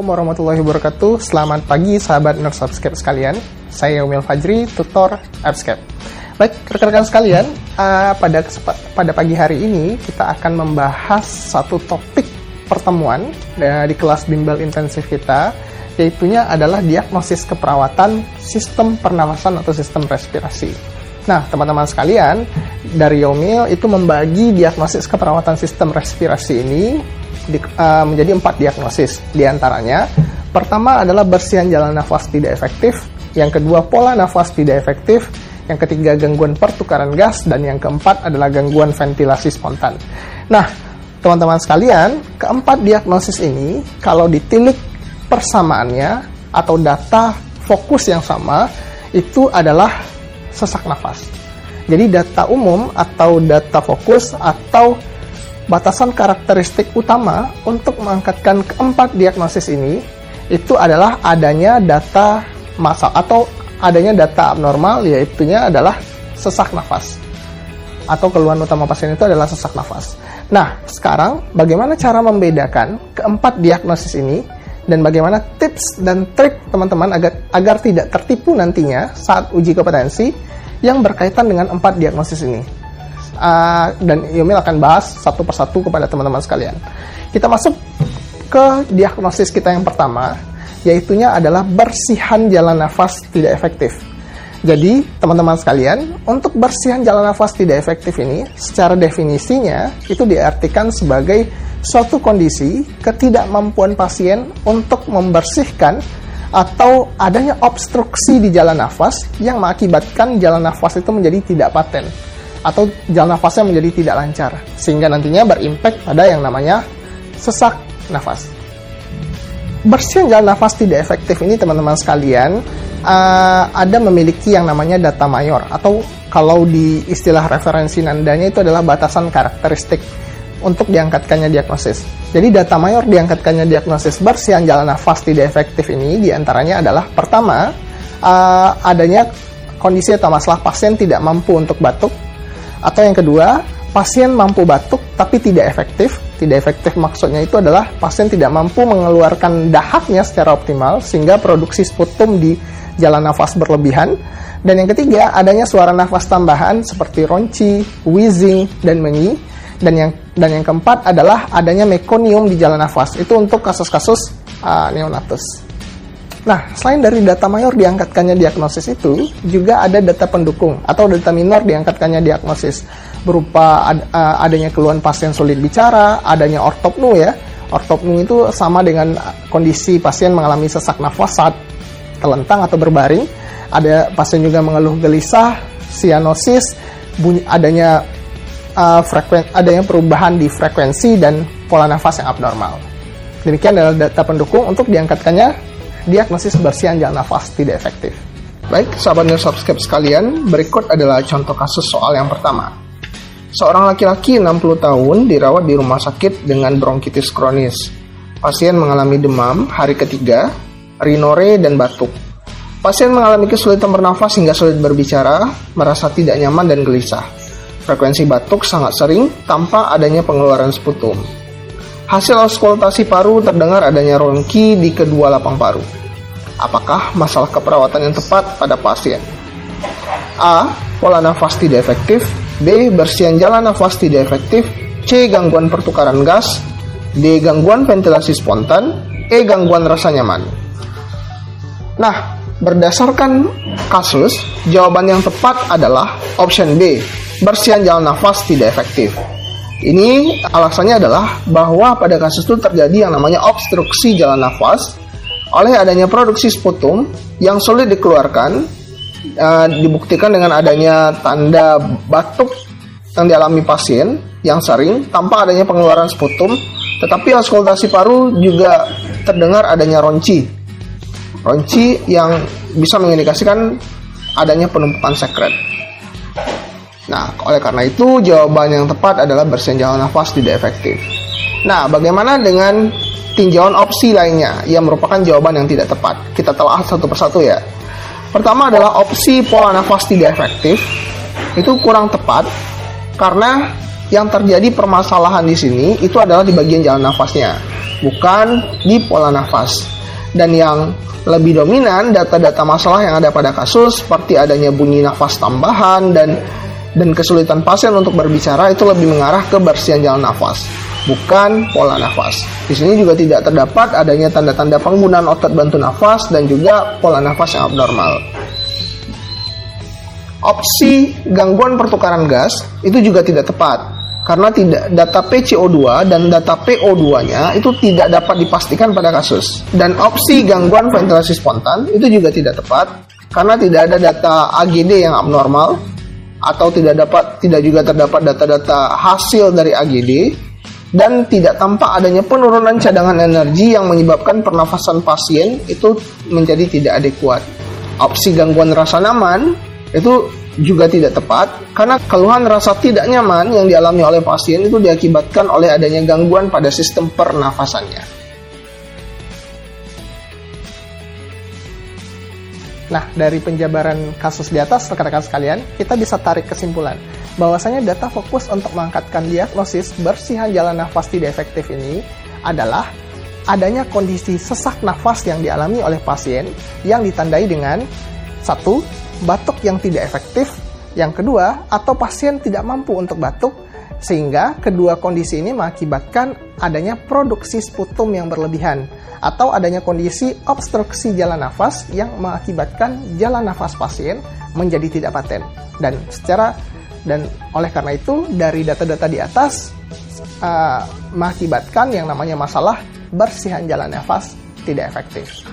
Assalamualaikum warahmatullahi wabarakatuh. Selamat pagi sahabat Nerd Subscape sekalian. Saya Umil Fajri, tutor Appscape. Baik, rekan-rekan sekalian, pada pagi hari ini kita akan membahas satu topik pertemuan di kelas bimbel intensif kita, yaitunya adalah diagnosis keperawatan sistem pernafasan atau sistem respirasi. Nah, teman-teman sekalian, dari Umil itu membagi diagnosis keperawatan sistem respirasi ini menjadi 4 diagnosis. Di antaranya, pertama adalah bersihan jalan nafas tidak efektif, yang kedua pola nafas tidak efektif, yang ketiga gangguan pertukaran gas, dan yang keempat adalah gangguan ventilasi spontan. Nah, teman-teman sekalian, keempat diagnosis ini kalau ditilik persamaannya atau data fokus yang sama itu adalah sesak nafas. Jadi data umum atau data fokus atau batasan karakteristik utama untuk mengangkatkan keempat diagnosis ini itu adalah adanya data masalah atau adanya data abnormal, yaitunya adalah sesak nafas atau keluhan utama pasien itu adalah sesak nafas. Nah, sekarang bagaimana cara membedakan keempat diagnosis ini dan bagaimana tips dan trik teman-teman agar tidak tertipu nantinya saat uji kompetensi yang berkaitan dengan 4 diagnosis ini. Dan Yumil akan bahas satu persatu kepada teman-teman sekalian. Kita masuk ke diagnosis kita yang pertama, yaitunya adalah bersihan jalan nafas tidak efektif. Jadi, teman-teman sekalian, untuk bersihan jalan nafas tidak efektif ini, secara definisinya, itu diartikan sebagai suatu kondisi ketidakmampuan pasien untuk membersihkan atau adanya obstruksi di jalan nafas yang mengakibatkan jalan nafas itu menjadi tidak paten atau jalan nafasnya menjadi tidak lancar, sehingga nantinya berimpact pada yang namanya sesak nafas. Bersihan jalan nafas tidak efektif ini, teman-teman sekalian, ada memiliki yang namanya data mayor, atau kalau di istilah referensi nandanya itu adalah batasan karakteristik untuk diangkatkannya diagnosis. Jadi data mayor diangkatkannya diagnosis bersihan jalan nafas tidak efektif ini diantaranya adalah pertama, adanya kondisi atau masalah pasien tidak mampu untuk batuk, atau yang kedua, pasien mampu batuk tapi tidak efektif. Tidak efektif maksudnya itu adalah pasien tidak mampu mengeluarkan dahaknya secara optimal sehingga produksi sputum di jalan nafas berlebihan. Dan yang ketiga, adanya suara nafas tambahan seperti ronci, wheezing, dan menyi. Dan yang keempat adalah adanya mekonium di jalan nafas. Itu untuk kasus-kasus neonatus. Nah, selain dari data mayor diangkatkannya diagnosis itu, juga ada data pendukung atau data minor diangkatkannya diagnosis berupa adanya keluhan pasien sulit bicara, adanya ortopnu ya. Ortopnu itu sama dengan kondisi pasien mengalami sesak nafas saat telentang atau berbaring. Ada pasien juga mengeluh gelisah, sianosis, adanya perubahan di frekuensi dan pola nafas yang abnormal. Demikian adalah data pendukung untuk diangkatkannya diagnosis bersihan jalan nafas tidak efektif. Baik, sahabat Nerd Subscape sekalian, berikut adalah contoh kasus soal yang pertama. Seorang laki-laki 60 tahun dirawat di rumah sakit dengan bronkitis kronis. Pasien mengalami demam hari ketiga, rinore, dan batuk. Pasien mengalami kesulitan bernafas hingga sulit berbicara, merasa tidak nyaman dan gelisah. Frekuensi batuk sangat sering tanpa adanya pengeluaran sputum. Hasil auskultasi paru terdengar adanya ronki di kedua lapang paru. Apakah masalah keperawatan yang tepat pada pasien? A. Pola nafas tidak efektif. B. Bersihan jalan nafas tidak efektif. C. Gangguan pertukaran gas. D. Gangguan ventilasi spontan. E. Gangguan rasa nyaman. Nah, berdasarkan kasus, jawaban yang tepat adalah option B. Bersihan jalan nafas tidak efektif. Ini alasannya adalah bahwa pada kasus itu terjadi yang namanya obstruksi jalan nafas oleh adanya produksi sputum yang sulit dikeluarkan, dibuktikan dengan adanya tanda batuk yang dialami pasien yang sering tanpa adanya pengeluaran sputum, tetapi auskultasi paru juga terdengar adanya ronci yang bisa mengindikasikan adanya penumpukan sekret. Nah, oleh karena itu, jawaban yang tepat adalah bersihan jalan nafas tidak efektif. Nah, bagaimana dengan tinjauan opsi lainnya yang merupakan jawaban yang tidak tepat? Kita telah satu persatu ya. Pertama adalah opsi pola nafas tidak efektif. Itu kurang tepat karena yang terjadi permasalahan di sini itu adalah di bagian jalan nafasnya. bukan di pola nafas. Dan yang lebih dominan, data-data masalah yang ada pada kasus seperti adanya bunyi nafas tambahan dan kesulitan pasien untuk berbicara itu lebih mengarah ke bersihan jalan nafas, bukan pola nafas. Di sini juga tidak terdapat adanya tanda-tanda penggunaan otot bantu nafas dan juga pola nafas yang abnormal. Opsi gangguan pertukaran gas itu juga tidak tepat karena data PCO2 dan data PO2-nya itu tidak dapat dipastikan pada kasus. Dan opsi gangguan ventilasi spontan itu juga tidak tepat karena tidak ada data AGD yang abnormal atau tidak juga terdapat data-data hasil dari AGD dan tidak tampak adanya penurunan cadangan energi yang menyebabkan pernafasan pasien itu menjadi tidak adekuat. Opsi gangguan rasa nyaman itu juga tidak tepat karena keluhan rasa tidak nyaman yang dialami oleh pasien itu diakibatkan oleh adanya gangguan pada sistem pernafasannya. Nah, dari penjabaran kasus di atas, rekan-rekan sekalian, kita bisa tarik kesimpulan bahwasanya data fokus untuk mengangkatkan diagnosis bersihan jalan nafas tidak efektif ini adalah adanya kondisi sesak nafas yang dialami oleh pasien yang ditandai dengan 1. Batuk yang tidak efektif, yang kedua, atau pasien tidak mampu untuk batuk, sehingga kedua kondisi ini mengakibatkan adanya produksi sputum yang berlebihan, atau adanya kondisi obstruksi jalan nafas yang mengakibatkan jalan nafas pasien menjadi tidak paten. Dan oleh karena itu, dari data-data di atas, mengakibatkan yang namanya masalah bersihan jalan nafas tidak efektif.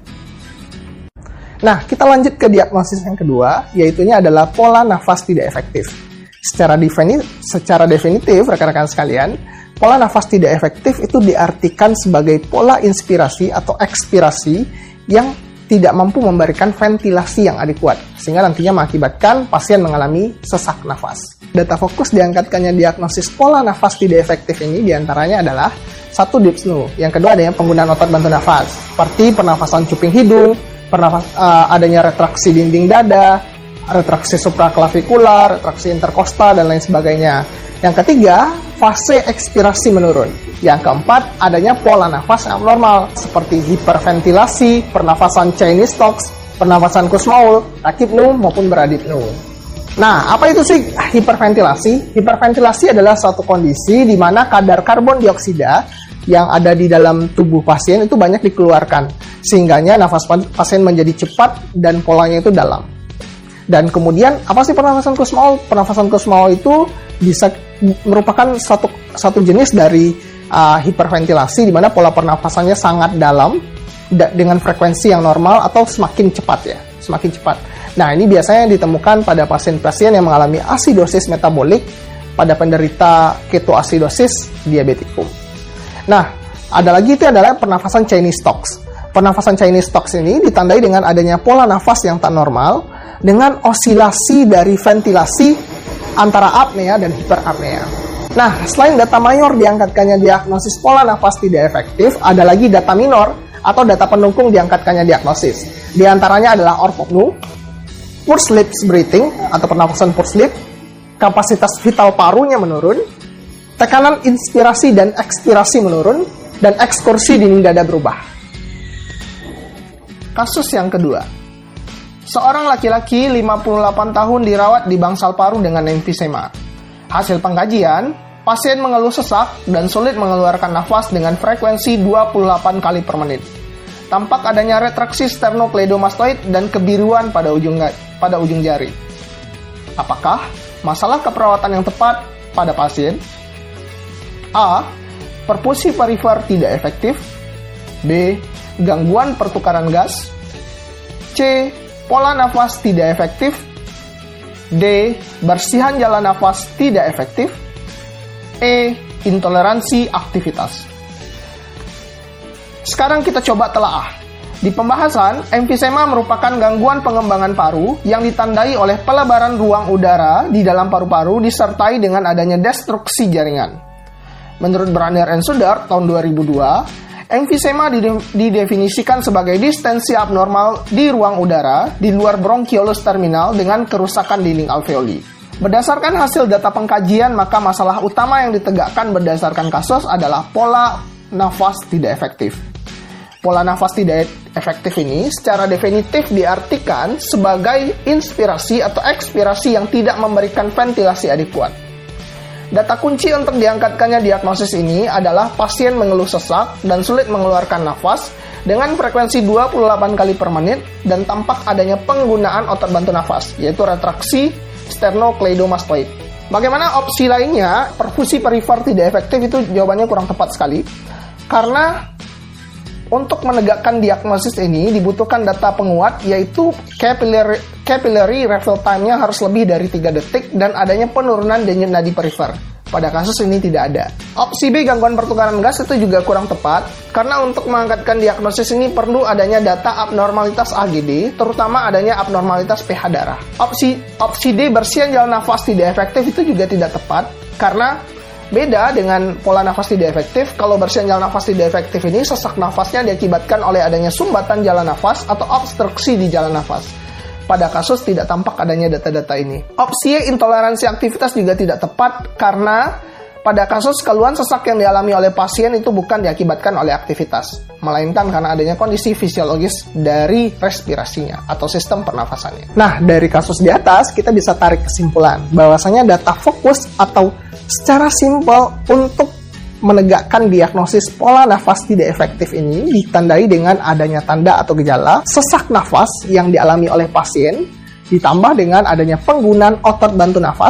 Nah, kita lanjut ke diagnosis yang kedua, yaitunya adalah pola nafas tidak efektif. Secara definitif, rekan-rekan sekalian, pola nafas tidak efektif itu diartikan sebagai pola inspirasi atau ekspirasi yang tidak mampu memberikan ventilasi yang adekuat, sehingga nantinya mengakibatkan pasien mengalami sesak nafas. Data fokus diangkatkannya diagnosis pola nafas tidak efektif ini diantaranya adalah 1. Dyspnea, yang kedua adanya penggunaan otot bantu nafas, seperti pernafasan cuping hidung, adanya retraksi dinding dada, retraksi supraklavikular, retraksi interkostal, dan lain sebagainya. Yang ketiga, fase ekspirasi menurun. Yang keempat, adanya pola nafas yang abnormal, seperti hiperventilasi, pernafasan Chinese Stokes, pernafasan Kussmaul, tachypnea maupun bradypnea. Nah, apa itu sih hiperventilasi? Hiperventilasi adalah suatu kondisi di mana kadar karbon dioksida yang ada di dalam tubuh pasien itu banyak dikeluarkan, sehingganya nafas pasien menjadi cepat dan polanya itu dalam. Dan kemudian, apa sih pernafasan Kussmaul? Pernafasan Kussmaul itu bisa merupakan satu jenis dari hiperventilasi, di mana pola pernafasannya sangat dalam dengan frekuensi yang normal atau semakin cepat ya, semakin cepat. Nah, ini biasanya ditemukan pada pasien-pasien yang mengalami asidosis metabolik, pada penderita ketoasidosis diabetikum. Nah, ada lagi itu adalah pernafasan Chinese Stokes. Pernafasan Chinese Stokes ini ditandai dengan adanya pola nafas yang tak normal dengan osilasi dari ventilasi antara apnea dan hiperapnea. Nah, selain data mayor diangkatkannya diagnosis pola nafas tidak efektif, ada lagi data minor atau data pendukung diangkatkannya diagnosis. Di antaranya adalah orthopnea, forced lips breathing atau pernafasan forced lip, kapasitas vital parunya menurun, tekanan inspirasi dan ekspirasi menurun, dan ekskursi dinding dada berubah. Kasus yang kedua. Seorang laki-laki 58 tahun dirawat di bangsal paru dengan emfisema. Hasil pengkajian, pasien mengeluh sesak dan sulit mengeluarkan nafas dengan frekuensi 28 kali per menit. Tampak adanya retraksi sternocleidomastoid dan kebiruan pada ujung jari. Apakah masalah keperawatan yang tepat pada pasien? A. Perfusi perifer tidak efektif. B. Gangguan pertukaran gas. C. Pola nafas tidak efektif. D. Bersihan jalan nafas tidak efektif. E. Intoleransi aktivitas. Sekarang kita coba telaah. Di pembahasan, emfisema merupakan gangguan pengembangan paru yang ditandai oleh pelebaran ruang udara di dalam paru-paru disertai dengan adanya destruksi jaringan. Menurut Brander and Suddart tahun 2002, emfisema didefinisikan sebagai distensi abnormal di ruang udara di luar bronchiolus terminal dengan kerusakan dinding alveoli. Berdasarkan hasil data pengkajian, maka masalah utama yang ditegakkan berdasarkan kasus adalah pola nafas tidak efektif. Pola nafas tidak efektif ini secara definitif diartikan sebagai inspirasi atau ekspirasi yang tidak memberikan ventilasi adekuat. Data kunci untuk diangkatkannya diagnosis ini adalah pasien mengeluh sesak dan sulit mengeluarkan nafas dengan frekuensi 28 kali per menit dan tampak adanya penggunaan otot bantu nafas, yaitu retraksi sternocleidomastoid. Bagaimana opsi lainnya? Perfusi perifer tidak efektif, itu jawabannya kurang tepat sekali. Karena untuk menegakkan diagnosis ini dibutuhkan data penguat, yaitu capillary refill time-nya harus lebih dari 3 detik dan adanya penurunan denyut nadi perifer. Pada kasus ini tidak ada. Opsi B, gangguan pertukaran gas, itu juga kurang tepat karena untuk mengangkatkan diagnosis ini perlu adanya data abnormalitas AGD, terutama adanya abnormalitas pH darah. Opsi D, bersihan jalan nafas tidak efektif, itu juga tidak tepat karena beda dengan pola nafas tidak efektif. Kalau bersihan jalan nafas tidak efektif ini, sesak nafasnya diakibatkan oleh adanya sumbatan jalan nafas atau obstruksi di jalan nafas. Pada kasus tidak tampak adanya data-data ini. Opsi E, intoleransi aktivitas, juga tidak tepat karena pada kasus keluhan sesak yang dialami oleh pasien itu bukan diakibatkan oleh aktivitas, melainkan karena adanya kondisi fisiologis dari respirasinya atau sistem pernafasannya. Nah, dari kasus di atas kita bisa tarik kesimpulan bahwasanya data fokus atau secara simpel untuk menegakkan diagnosis pola nafas tidak efektif ini ditandai dengan adanya tanda atau gejala sesak nafas yang dialami oleh pasien, ditambah dengan adanya penggunaan otot bantu nafas,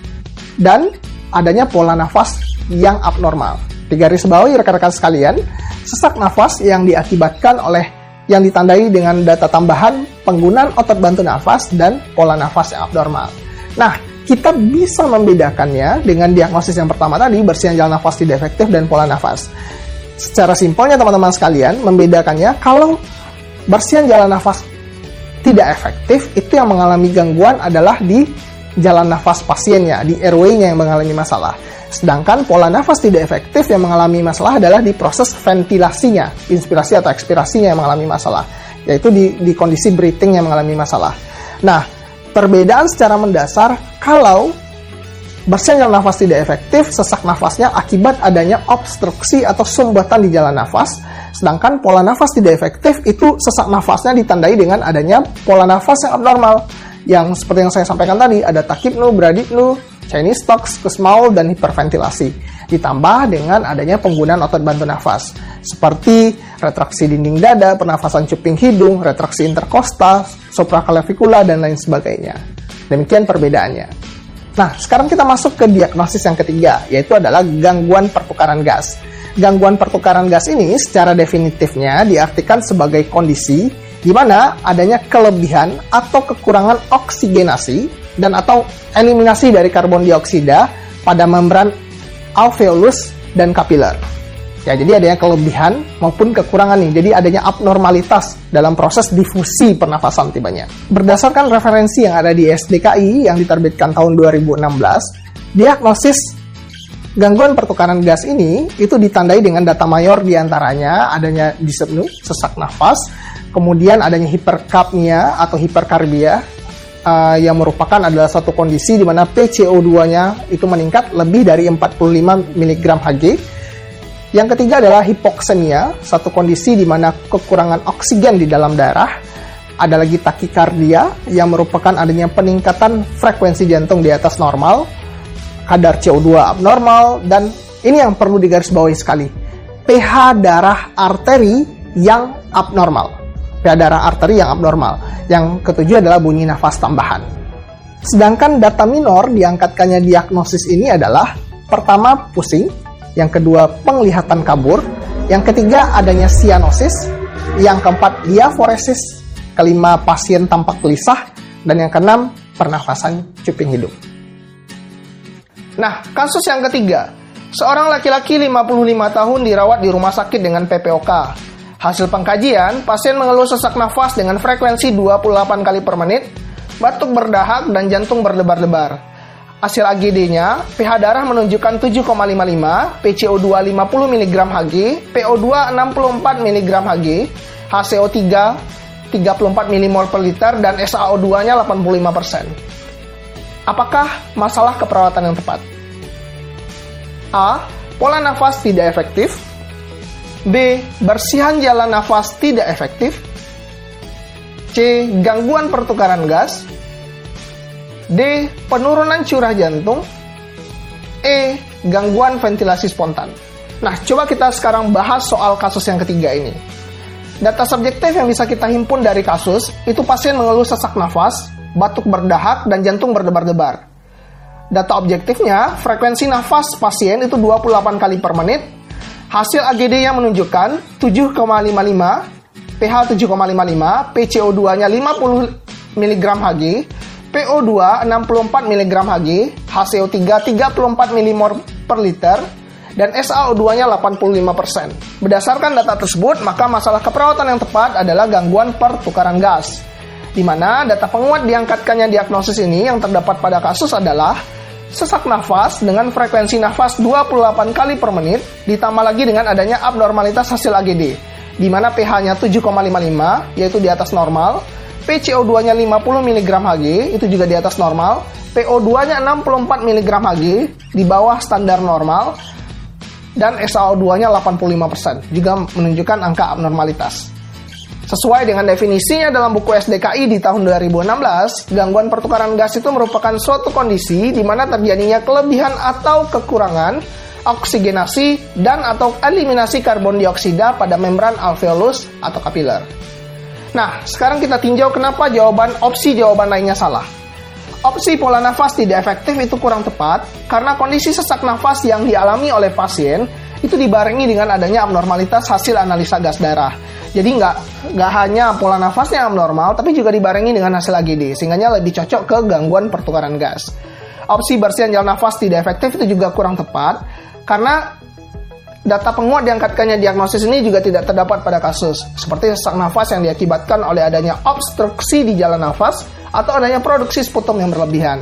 dan adanya pola nafas yang abnormal. Digarisbawahi rekan-rekan sekalian, sesak nafas yang diakibatkan oleh yang ditandai dengan data tambahan penggunaan otot bantu nafas dan pola nafas yang abnormal. Nah, kita bisa membedakannya dengan diagnosis yang pertama tadi, bersihan jalan nafas tidak efektif dan pola nafas. Secara simpelnya teman-teman sekalian, membedakannya kalau bersihan jalan nafas tidak efektif, itu yang mengalami gangguan adalah di jalan nafas pasiennya, di airway-nya yang mengalami masalah. Sedangkan pola nafas tidak efektif yang mengalami masalah adalah di proses ventilasinya, inspirasi atau ekspirasinya yang mengalami masalah, yaitu di kondisi breathing yang mengalami masalah. Nah, perbedaan secara mendasar, kalau bersihan jalan nafas tidak efektif, sesak nafasnya akibat adanya obstruksi atau sumbatan di jalan nafas. Sedangkan pola nafas tidak efektif, itu sesak nafasnya ditandai dengan adanya pola nafas yang abnormal. Yang seperti yang saya sampaikan tadi, ada tachypnea, bradypnea, Chinese talks, Kussmaul, dan hiperventilasi. Ditambah dengan adanya penggunaan otot bantu nafas, seperti retraksi dinding dada, pernafasan cuping hidung, retraksi interkostal, supraclavicular, dan lain sebagainya. Demikian perbedaannya. Nah, sekarang kita masuk ke diagnosis yang ketiga, yaitu adalah gangguan pertukaran gas. Gangguan pertukaran gas ini secara definitifnya diartikan sebagai kondisi di mana adanya kelebihan atau kekurangan oksigenasi dan atau eliminasi dari karbon dioksida pada membran alveolus dan kapiler. Ya, jadi adanya kelebihan maupun kekurangan nih. Jadi adanya abnormalitas dalam proses difusi pernafasan tibanya. Berdasarkan referensi yang ada di SDKI yang diterbitkan tahun 2016, diagnosis gangguan pertukaran gas ini itu ditandai dengan data mayor diantaranya adanya dyspnea, sesak nafas, kemudian adanya hiperkapnia atau hiperkarbia, yang merupakan adalah satu kondisi di mana PCO2-nya itu meningkat lebih dari 45 mg Hg. Yang ketiga adalah hipoksemia, satu kondisi di mana kekurangan oksigen di dalam darah. Ada lagi takikardia, yang merupakan adanya peningkatan frekuensi jantung di atas normal, kadar CO2 abnormal, dan ini yang perlu digarisbawahi sekali, pH darah arteri yang abnormal. pH darah arteri yang abnormal. Yang ketujuh adalah bunyi nafas tambahan. Sedangkan data minor diangkatkannya diagnosis ini adalah pertama pusing, yang kedua penglihatan kabur, yang ketiga adanya cyanosis, yang keempat diaforesis, kelima pasien tampak gelisah, dan yang keenam pernafasan cuping hidung. Nah, kasus yang ketiga, seorang laki-laki 55 tahun dirawat di rumah sakit dengan PPOK. Hasil pengkajian, pasien mengeluh sesak nafas dengan frekuensi 28 kali per menit, batuk berdahak, dan jantung berdebar-debar. Hasil AGD-nya, pH darah menunjukkan 7,55, PCO2 50 mg Hg, PO2 64 mg Hg, HCO3 34 mmol per liter, dan SaO2-nya 85%. Apakah masalah keperawatan yang tepat? A. Pola nafas tidak efektif. B. Bersihan jalan nafas tidak efektif. C. Gangguan pertukaran gas. D. Penurunan curah jantung. E. Gangguan ventilasi spontan. Nah, coba kita sekarang bahas soal kasus yang ketiga ini. Data subjektif yang bisa kita himpun dari kasus, itu pasien mengeluh sesak nafas, batuk berdahak, dan jantung berdebar-debar. Data objektifnya, frekuensi nafas pasien itu 28 kali per menit, hasil AGD yang menunjukkan 7,55, pH 7,55, PCO2-nya 50 mg Hg, PO2 64 mg Hg, HCO3 34 mmol per liter, dan SaO2-nya 85%. Berdasarkan data tersebut, maka masalah keperawatan yang tepat adalah gangguan pertukaran gas. Di mana data penguat diangkatkannya diagnosis ini yang terdapat pada kasus adalah sesak nafas dengan frekuensi nafas 28 kali per menit, ditambah lagi dengan adanya abnormalitas hasil AGD, di mana pH-nya 7,55, yaitu di atas normal, PCO2-nya 50 mg Hg, itu juga di atas normal, PO2-nya 64 mg Hg, di bawah standar normal, dan SaO2-nya 85%, juga menunjukkan angka abnormalitas. Sesuai dengan definisinya dalam buku SDKI di tahun 2016, gangguan pertukaran gas itu merupakan suatu kondisi di mana terjadinya kelebihan atau kekurangan oksigenasi dan atau eliminasi karbon dioksida pada membran alveolus atau kapiler. Nah, sekarang kita tinjau kenapa opsi jawaban lainnya salah. Opsi pola nafas tidak efektif itu kurang tepat karena kondisi sesak nafas yang dialami oleh pasien itu dibarengi dengan adanya abnormalitas hasil analisa gas darah. Jadi nggak hanya pola nafasnya abnormal, tapi juga dibarengi dengan hasil AGD, sehingga lebih cocok ke gangguan pertukaran gas. Opsi bersihan jalan nafas tidak efektif itu juga kurang tepat karena data penguat diangkatkannya diagnosis ini juga tidak terdapat pada kasus, seperti sesak nafas yang diakibatkan oleh adanya obstruksi di jalan nafas atau adanya produksi sputum yang berlebihan.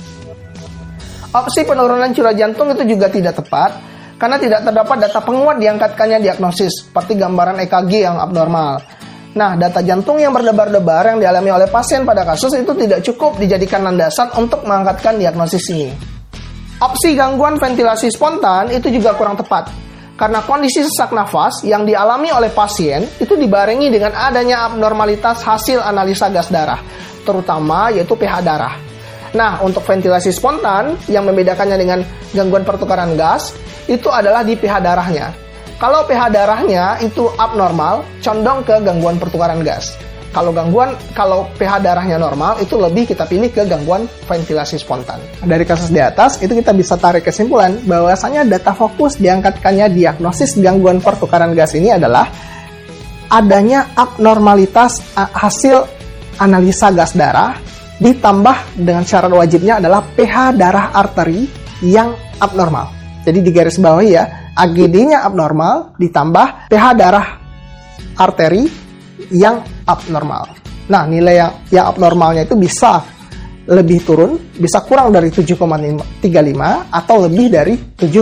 Opsi penurunan curah jantung itu juga tidak tepat karena tidak terdapat data penguat diangkatkannya diagnosis, seperti gambaran EKG yang abnormal. Nah, data jantung yang berdebar-debar yang dialami oleh pasien pada kasus itu tidak cukup dijadikan landasan untuk mengangkatkan diagnosis ini. Opsi gangguan ventilasi spontan itu juga kurang tepat, karena kondisi sesak nafas yang dialami oleh pasien itu dibarengi dengan adanya abnormalitas hasil analisa gas darah, terutama yaitu pH darah. Nah, untuk ventilasi spontan yang membedakannya dengan gangguan pertukaran gas itu adalah di pH darahnya. Kalau pH darahnya itu abnormal, condong ke gangguan pertukaran gas. Kalau pH darahnya normal, itu lebih kita pilih ke gangguan ventilasi spontan. Dari kasus di atas, itu kita bisa tarik kesimpulan bahwasanya data fokus diangkatkannya diagnosis gangguan pertukaran gas ini adalah adanya abnormalitas hasil analisa gas darah, ditambah dengan syarat wajibnya adalah pH darah arteri yang abnormal. Jadi di garis bawah ya, AGD-nya abnormal ditambah pH darah arteri yang abnormal. Nah, nilai yang abnormalnya itu bisa lebih turun, bisa kurang dari 7,35 atau lebih dari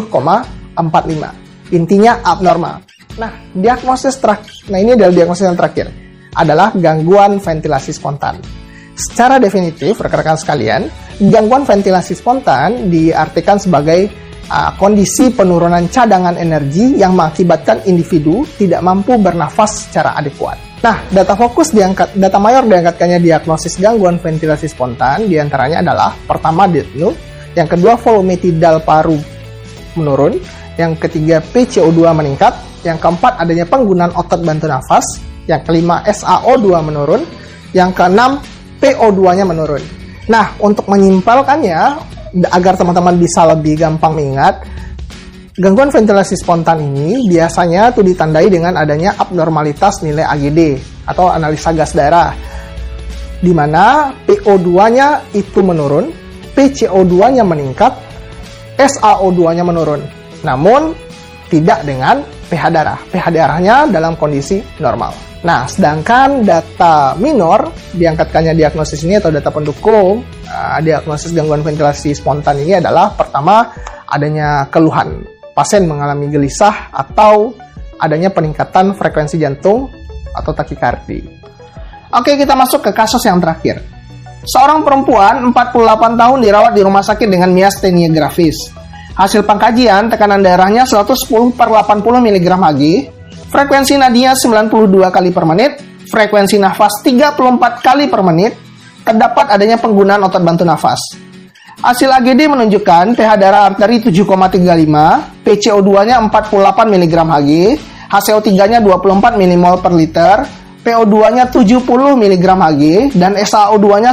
7,45. Intinya abnormal. Nah, ini adalah diagnosis yang terakhir, adalah gangguan ventilasi spontan. Secara definitif, rekan-rekan sekalian, gangguan ventilasi spontan diartikan sebagai kondisi penurunan cadangan energi yang mengakibatkan individu tidak mampu bernafas secara adekuat. Nah, data mayor diangkatkannya diagnosis gangguan ventilasi spontan diantaranya adalah pertama dyspnea, yang kedua volume tidal paru menurun, yang ketiga PCO2 meningkat, yang keempat adanya penggunaan otot bantu nafas, yang kelima SaO2 menurun, yang keenam PO2-nya menurun. Nah, untuk menyimpulkannya, agar teman-teman bisa lebih gampang mengingat, gangguan ventilasi spontan ini biasanya tuh ditandai dengan adanya abnormalitas nilai AGD atau analisa gas darah, di mana PO2-nya itu menurun, PCO2-nya meningkat, SaO2-nya menurun. Namun tidak dengan pH darah. pH darahnya dalam kondisi normal. Nah, sedangkan data minor diangkatkannya diagnosis ini atau data pendukung diagnosis gangguan ventilasi spontan ini adalah pertama adanya keluhan, pasien mengalami gelisah atau adanya peningkatan frekuensi jantung atau takikardi. Oke, kita masuk ke kasus yang terakhir. Seorang perempuan 48 tahun dirawat di rumah sakit dengan miastenia gravis. Hasil pengkajian tekanan darahnya 110/80 mg Hg, frekuensi nadinya 92 kali per menit, frekuensi nafas 34 kali per menit, terdapat adanya penggunaan otot bantu nafas. Hasil AGD menunjukkan pH darah arteri 7,35, PCO2-nya 48 mg Hg, HCO3-nya 24 mmol per liter, PO2-nya 70 mg Hg, dan SaO2-nya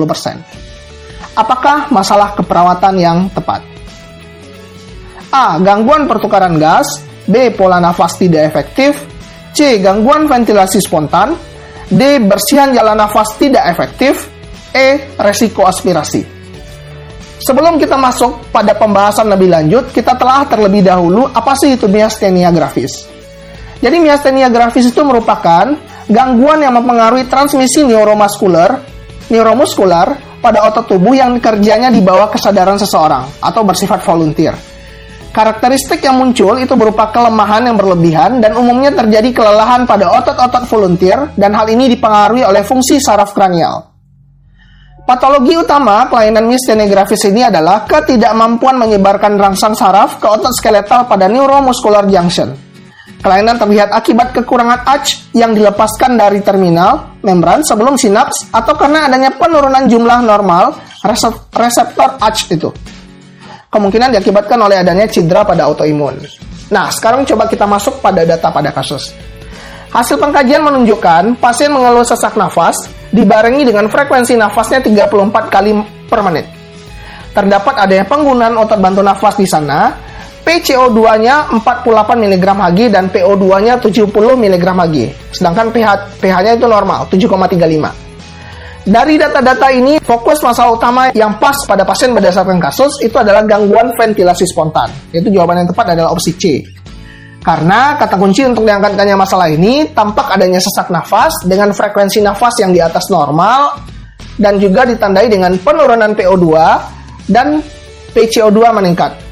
90%. Apakah masalah keperawatan yang tepat? A. Gangguan pertukaran gas. B. Pola nafas tidak efektif. C. Gangguan ventilasi spontan. D. Bersihan jalan nafas tidak efektif. E. Resiko aspirasi. Sebelum kita masuk pada pembahasan lebih lanjut, kita telah terlebih dahulu apa sih itu miastenia gravis. Jadi miastenia gravis itu merupakan gangguan yang mempengaruhi transmisi neuromuskular pada otot tubuh yang kerjanya di bawah kesadaran seseorang atau bersifat volunteer. Karakteristik yang muncul itu berupa kelemahan yang berlebihan dan umumnya terjadi kelelahan pada otot-otot volunteer dan hal ini dipengaruhi oleh fungsi saraf kranial. Patologi utama kelainan miastenia gravis ini adalah ketidakmampuan menyebarkan rangsang saraf ke otot skeletal pada neuromuscular junction. Kelainan terlihat akibat kekurangan ACE yang dilepaskan dari terminal membran sebelum sinaps atau karena adanya penurunan jumlah normal reseptor ACE itu. Kemungkinan diakibatkan oleh adanya cedera pada autoimun. Nah, sekarang coba kita masuk pada data pada kasus. Hasil pengkajian menunjukkan pasien mengeluh sesak nafas dibarengi dengan frekuensi nafasnya 34 kali per menit. Terdapat adanya penggunaan otot bantu nafas di sana. PCO2-nya 48 mg Hg dan PO2-nya 70 mg Hg. Sedangkan pH-nya itu normal, 7,35. Dari data-data ini, fokus masalah utama yang pas pada pasien berdasarkan kasus itu adalah gangguan ventilasi spontan. Yaitu jawaban yang tepat adalah opsi C. Karena kata kunci untuk diangkatkannya masalah ini, tampak adanya sesak nafas dengan frekuensi nafas yang di atas normal dan juga ditandai dengan penurunan PO2 dan PCO2 meningkat.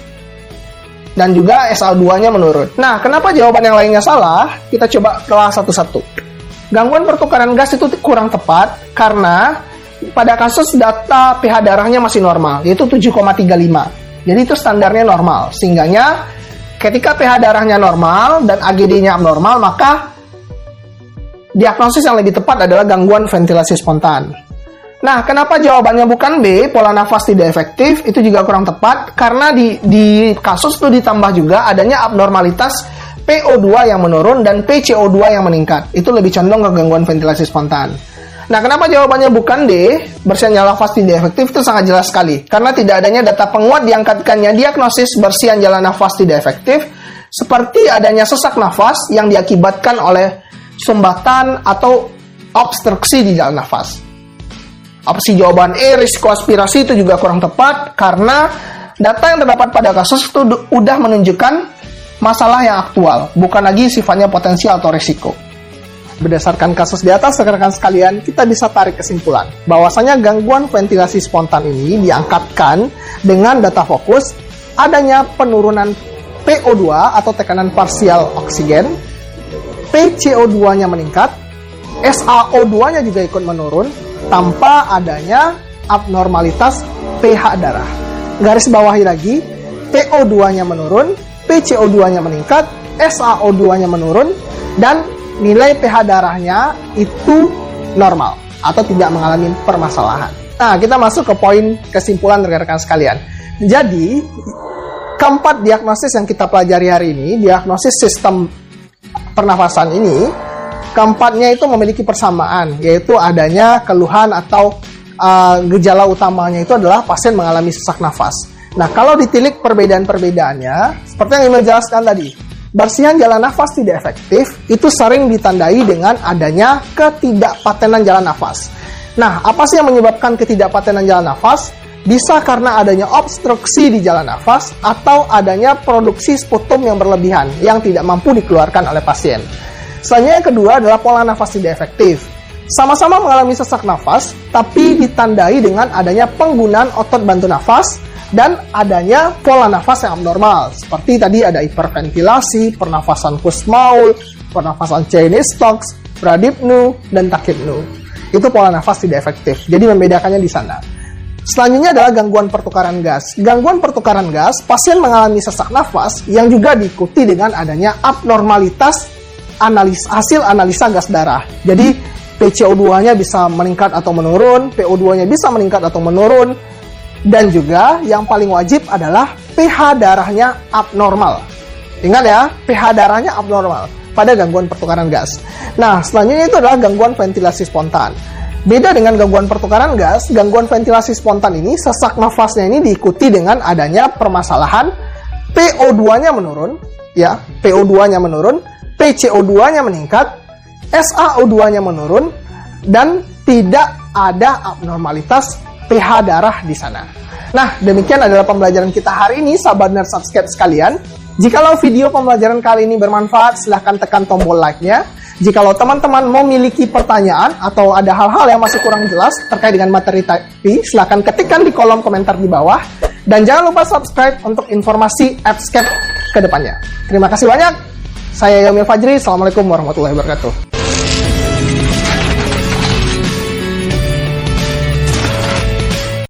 Dan juga SaO2-nya menurun. Nah, kenapa jawaban yang lainnya salah? Kita coba telah satu-satu. Gangguan pertukaran gas itu kurang tepat karena pada kasus data pH darahnya masih normal, yaitu 7,35. Jadi itu standarnya normal. Sehingganya ketika pH darahnya normal dan AGD-nya abnormal, maka diagnosis yang lebih tepat adalah gangguan ventilasi spontan. Nah, kenapa jawabannya bukan B, pola nafas tidak efektif, itu juga kurang tepat, karena di kasus itu ditambah juga adanya abnormalitas PO2 yang menurun dan PCO2 yang meningkat. Itu lebih condong ke gangguan ventilasi spontan. Nah, kenapa jawabannya bukan D, bersihan jalan nafas tidak efektif, itu sangat jelas sekali. Karena tidak adanya data penguat diangkatkannya diagnosis bersihan jalan nafas tidak efektif, seperti adanya sesak nafas yang diakibatkan oleh sumbatan atau obstruksi di jalan nafas. Opsi jawaban E, risiko aspirasi, itu juga kurang tepat karena data yang terdapat pada kasus itu sudah menunjukkan masalah yang aktual, bukan lagi sifatnya potensial atau risiko. Berdasarkan kasus di atas, rekan-rekan sekalian, kita bisa tarik kesimpulan bahwasanya gangguan ventilasi spontan ini diangkatkan dengan data fokus adanya penurunan PO2 atau tekanan parsial oksigen, PCO2-nya meningkat, SaO2-nya juga ikut menurun, tanpa adanya abnormalitas pH darah. Garis bawahi lagi, PO2-nya menurun, PCO2-nya meningkat, SaO2-nya menurun, dan nilai pH darahnya itu normal atau tidak mengalami permasalahan. Nah, kita masuk ke poin kesimpulan rekan-rekan sekalian. Jadi, keempat diagnosis yang kita pelajari hari ini, diagnosis sistem pernafasan ini, keempatnya itu memiliki persamaan, yaitu adanya keluhan atau gejala utamanya itu adalah pasien mengalami sesak nafas. Nah, kalau ditilik perbedaan-perbedaannya, seperti yang Emil jelaskan tadi, bersihan jalan nafas tidak efektif, itu sering ditandai dengan adanya ketidakpatenan jalan nafas. Nah, apa sih yang menyebabkan ketidakpatenan jalan nafas? Bisa karena adanya obstruksi di jalan nafas atau adanya produksi sputum yang berlebihan yang tidak mampu dikeluarkan oleh pasien. Selanjutnya yang kedua adalah pola nafas tidak efektif. Sama-sama mengalami sesak nafas, tapi ditandai dengan adanya penggunaan otot bantu nafas dan adanya pola nafas yang abnormal. Seperti tadi ada hiperventilasi, pernafasan Kussmaul, pernafasan Cheyne-Stokes, Pradipnu, dan Takipnu. Itu pola nafas tidak efektif. Jadi membedakannya di sana. Selanjutnya adalah gangguan pertukaran gas. Gangguan pertukaran gas, pasien mengalami sesak nafas yang juga diikuti dengan adanya abnormalitas hasil analisa gas darah. Jadi PCO2-nya bisa meningkat atau menurun, PO2-nya bisa meningkat atau menurun, dan juga yang paling wajib adalah pH darahnya abnormal. Ingat ya, pH darahnya abnormal pada gangguan pertukaran gas. Nah, selanjutnya itu adalah gangguan ventilasi spontan. Beda dengan gangguan pertukaran gas, gangguan ventilasi spontan ini sesak nafasnya ini diikuti dengan adanya permasalahan PO2-nya menurun, ya, PO2-nya menurun, PCO2-nya meningkat, SaO2-nya menurun, dan tidak ada abnormalitas pH darah di sana. Nah, demikian adalah pembelajaran kita hari ini, sahabat Nerd Subscribe sekalian. Jikalau video pembelajaran kali ini bermanfaat, silahkan tekan tombol like-nya. Jikalau teman-teman memiliki pertanyaan atau ada hal-hal yang masih kurang jelas terkait dengan materi tadi, silahkan ketikkan di kolom komentar di bawah. Dan jangan lupa subscribe untuk informasi Appscape ke depannya. Terima kasih banyak. Saya Yaumil Fajri. Assalamualaikum warahmatullahi wabarakatuh.